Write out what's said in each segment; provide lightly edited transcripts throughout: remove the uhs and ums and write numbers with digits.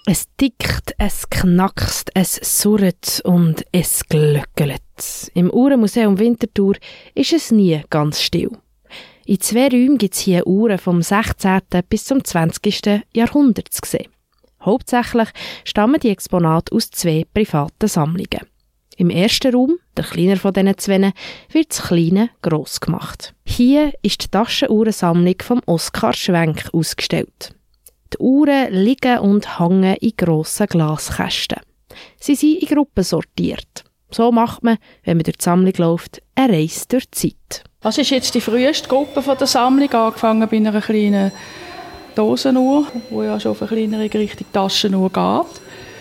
Es tickt, es knackst, es surrt und es glöckelt. Im Uhrenmuseum Winterthur ist es nie ganz still. In 2 Räumen gibt es hier Uhren vom 16. bis zum 20. Jahrhundert zu sehen. Hauptsächlich stammen die Exponate aus 2 privaten Sammlungen. Im ersten Raum, der kleiner von diesen 2, wird das Kleine gross gemacht. Hier ist die Taschenuhrensammlung von Oskar Schwenk ausgestellt. Die Uhren liegen und hängen in grossen Glaskästen. Sie sind in Gruppen sortiert. So macht man, wenn man durch die Sammlung läuft, eine Reise durch die Zeit. Das ist jetzt die früheste Gruppe von der Sammlung, angefangen bei einer kleinen Dosenuhr, die ja schon auf eine kleinere Richtung Taschenuhr geht.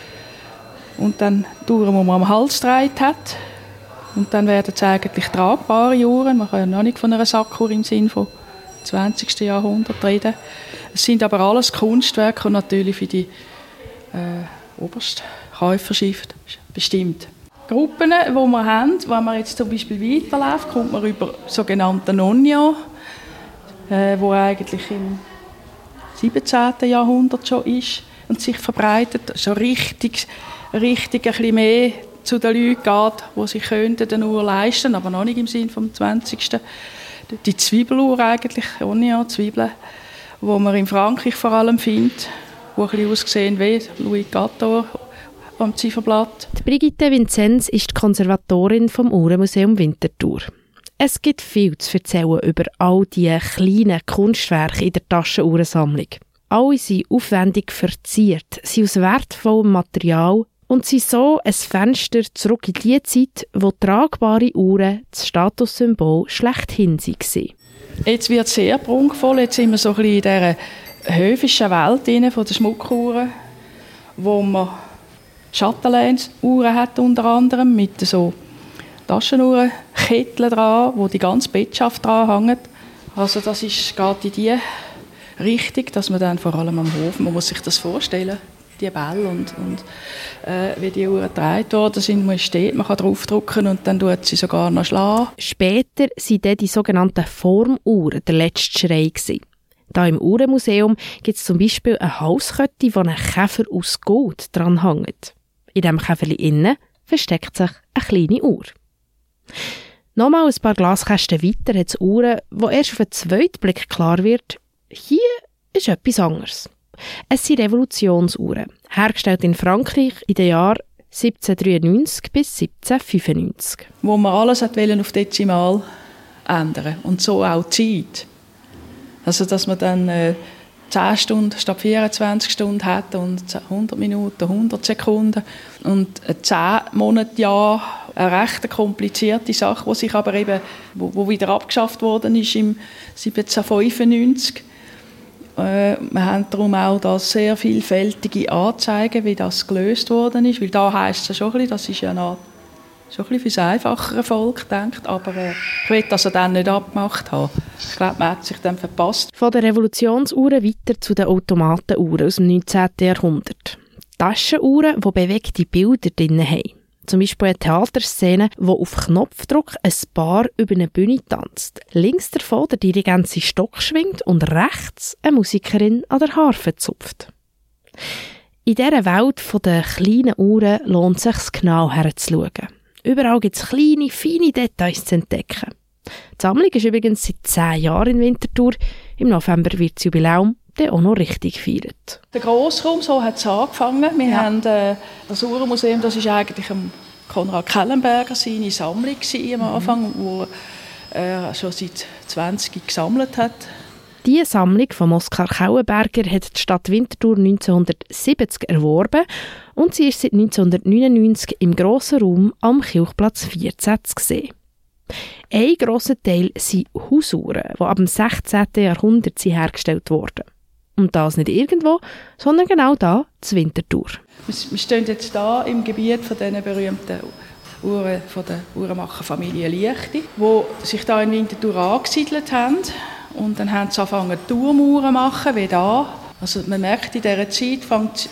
Und dann die Uhren, die man am Hals gedreht hat. Und dann werden es eigentlich tragbare Uhren. Man kann ja noch nicht von einer Sackuhr im Sinn von 20. Jahrhundert reden. Es sind aber alles Kunstwerke und natürlich für die oberste Käuferschicht bestimmt. Gruppen, die wir haben, wenn man jetzt zum Beispiel weiterläuft, kommt man über sogenannte Nonnia, wo eigentlich im 17. Jahrhundert schon ist und sich verbreitet, so richtig ein bisschen mehr zu den Leuten geht, die sich eine Uhr leisten können, aber noch nicht im Sinn vom 20. Die Zwiebeluhr eigentlich, Nonnia, Zwiebeln, die man in Frankreich vor allem findet, die ein bisschen aussehen wie Louis Gattor am Zifferblatt. Die Brigitte Vinzenz ist die Konservatorin vom Uhrenmuseum Winterthur. Es gibt viel zu erzählen über all diese kleinen Kunstwerke in der Taschenuhrensammlung. Alle sind aufwendig verziert, sind aus wertvollem Material und sind so ein Fenster zurück in die Zeit, wo tragbare Uhren das Statussymbol schlechthin waren. Jetzt wird es sehr prunkvoll. Jetzt sind wir so ein bisschen in dieser höfischen Welt von den Schmuckuhren, wo man Chatelaine-Uhren hat unter anderem mit so Taschenuhrenketteln dran, wo die ganze Bettschaft dran hängt. Also das geht in die Richtung, dass man dann vor allem am Hof, man muss sich das vorstellen, die Bälle und wie die Uhren getragen worden sind, man steht, man kann draufdrücken und dann tut sie sogar noch schlagen. Später waren dann die sogenannten Formuhren der letzte Schrei gewesen. Da im Uhrenmuseum gibt es zum Beispiel eine Halskette, wo ein Käfer aus Gold dran hängt. In diesem Käferchen innen versteckt sich eine kleine Uhr. Nochmal ein paar Glaskästen weiter hat es Uhren, wo erst auf den zweiten Blick klar wird, hier ist etwas anderes. Es sind Revolutionsuhren, hergestellt in Frankreich in den Jahren 1793 bis 1795. Wo man alles auf Dezimal ändern und so auch die Zeit. Also dass man dann 10 Stunden statt 24 Stunden hat und 100 Minuten, 100 Sekunden und 10 Monate Jahr, eine recht komplizierte Sache, die sich aber eben, wo wieder abgeschafft worden ist im 1795. Wir haben darum auch da sehr vielfältige Anzeigen, wie das gelöst worden ist, weil da heisst es ja schon ein bisschen, das ist ja eine schon ein bisschen fürs einfachere Volk denkt, aber ich will das dann nicht abgemacht haben. Ich glaube, man hat sich dann verpasst. Von den Revolutionsuhren weiter zu den Automatenuhren aus dem 19. Jahrhundert. Taschenuhren, die bewegte Bilder drin haben. Zum Beispiel eine Theaterszene, wo auf Knopfdruck ein Paar über eine Bühne tanzt. Links davon der Dirigent seinen Stock schwingt und rechts eine Musikerin an der Harfe zupft. In dieser Welt der kleinen Uhren lohnt es sich, genau herzuschauen. Überall gibt es kleine, feine Details zu entdecken. Die Sammlung ist übrigens seit 10 Jahren in Winterthur. Im November wird das Jubiläum dann auch noch richtig gefeiert. Der Grossraum, so hat es angefangen. Wir haben das Uhrenmuseum, das ist eigentlich Konrad Kellenberger seine Sammlung am Anfang, wo er schon seit 20 gesammelt hat. Diese Sammlung von Oskar Kellenberger hat die Stadt Winterthur 1970 erworben und sie ist seit 1999 im grossen Raum am Kirchplatz 14 zu sehen. Ein grosser Teil sind Hausuhren, die ab dem 16. Jahrhundert hergestellt wurden. Und das nicht irgendwo, sondern genau da, zu Winterthur. Wir stehen jetzt hier im Gebiet von diesen berühmten Uhren von der Uhrenmacherfamilie Liechti, die sich hier in Winterthur angesiedelt haben. Und dann haben sie angefangen, Turmuhren zu machen, wie da. Also man merkt, in dieser Zeit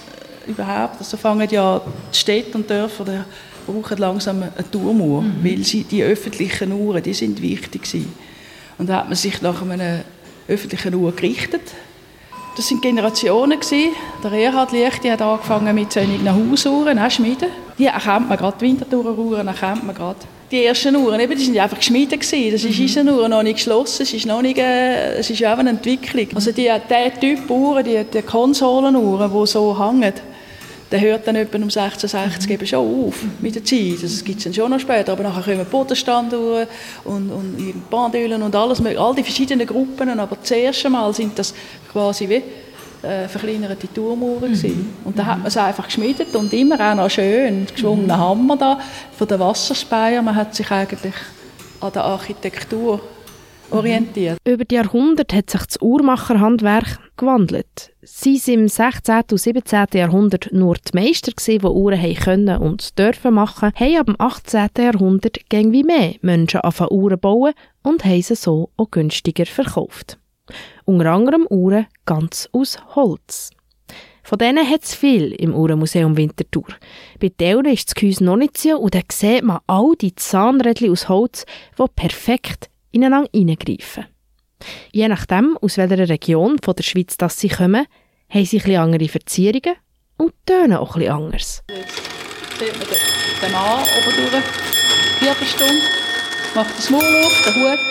fangen ja die Städte und Dörfer brauchen langsam eine Turmuhr, weil die öffentlichen Uhren, die sind wichtig sind. Und da hat man sich nach einer öffentlichen Uhr gerichtet. Das waren Generationen. Der Erhard Liechti hat angefangen mit solchen Hausuhren, auch Schmieden. Die erkennt man gerade, die Winterthurer-Uhren erkennt man gerade. Die ersten Uhren, eben, die sind einfach geschmiedet gewesen. Das ist Eisenuhr noch nicht geschlossen, es ist noch nicht, es ist auch eine Entwicklung. Also der Typ Uhren, die Konsolenuhren, die so hängen, der hört dann etwa um 1660 eben schon auf mit der Zeit. Das gibt es dann schon noch später, aber nachher kommen Bodenstanduhren und Pendülen und alles, all die verschiedenen Gruppen, aber das erste Mal sind das quasi wie verkleinerte Turmuhren gewesen. Und da hat man es einfach geschmiedet und immer auch noch schön, geschwungenen Hammer da von den Wasserspeier. Man hat sich eigentlich an der Architektur orientiert. Über die Jahrhunderte hat sich das Uhrmacherhandwerk gewandelt. Sie waren im 16. und 17. Jahrhundert nur die Meister, die Uhren können und dürfen machen, haben ab dem 18. Jahrhundert wie mehr Menschen angefangen Uhren bauen und haben sie so auch günstiger verkauft. Unter anderem Uhren ganz aus Holz. Von denen hat es viel im Uhrenmuseum Winterthur. Bei Teilen ist das Gehäuse noch nicht so und dann sieht man all die Zahnrädchen aus Holz, die perfekt ineinander hineingreifen. Je nachdem, aus welcher Region von der Schweiz das sie kommen, haben sie etwas andere Verzierungen und tönen auch etwas anders. Jetzt sieht man den Mann oben durch, Viertelstunde, macht das Maul auf, den Hut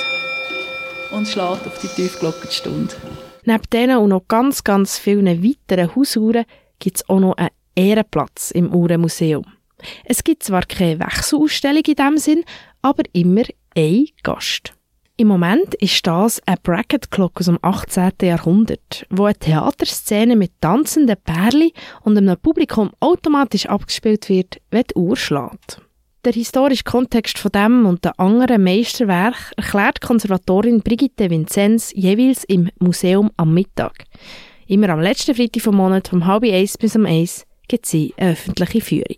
und schlägt auf die Tiefglockenstunde. Neben denen und noch ganz, ganz vielen weiteren Hausuhren gibt es auch noch einen Ehrenplatz im Uhrenmuseum. Es gibt zwar keine Wechselausstellung in diesem Sinn, aber immer ein Gast. Im Moment ist das eine Bracket Clock aus dem 18. Jahrhundert, wo eine Theaterszene mit tanzenden Pärchen und einem Publikum automatisch abgespielt wird, wenn die Uhr schlägt. Der historische Kontext von dem und den anderen Meisterwerk erklärt Konservatorin Brigitte Vinzenz jeweils im Museum am Mittag. Immer am letzten Freitag vom Monat vom 12:30 bis 1 gibt es eine öffentliche Führung.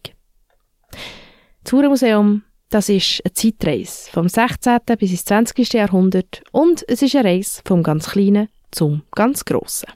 Das Uhrenmuseum, das ist eine Zeitreise vom 16. bis ins 20. Jahrhundert und es ist eine Reise vom ganz Kleinen zum ganz Grossen.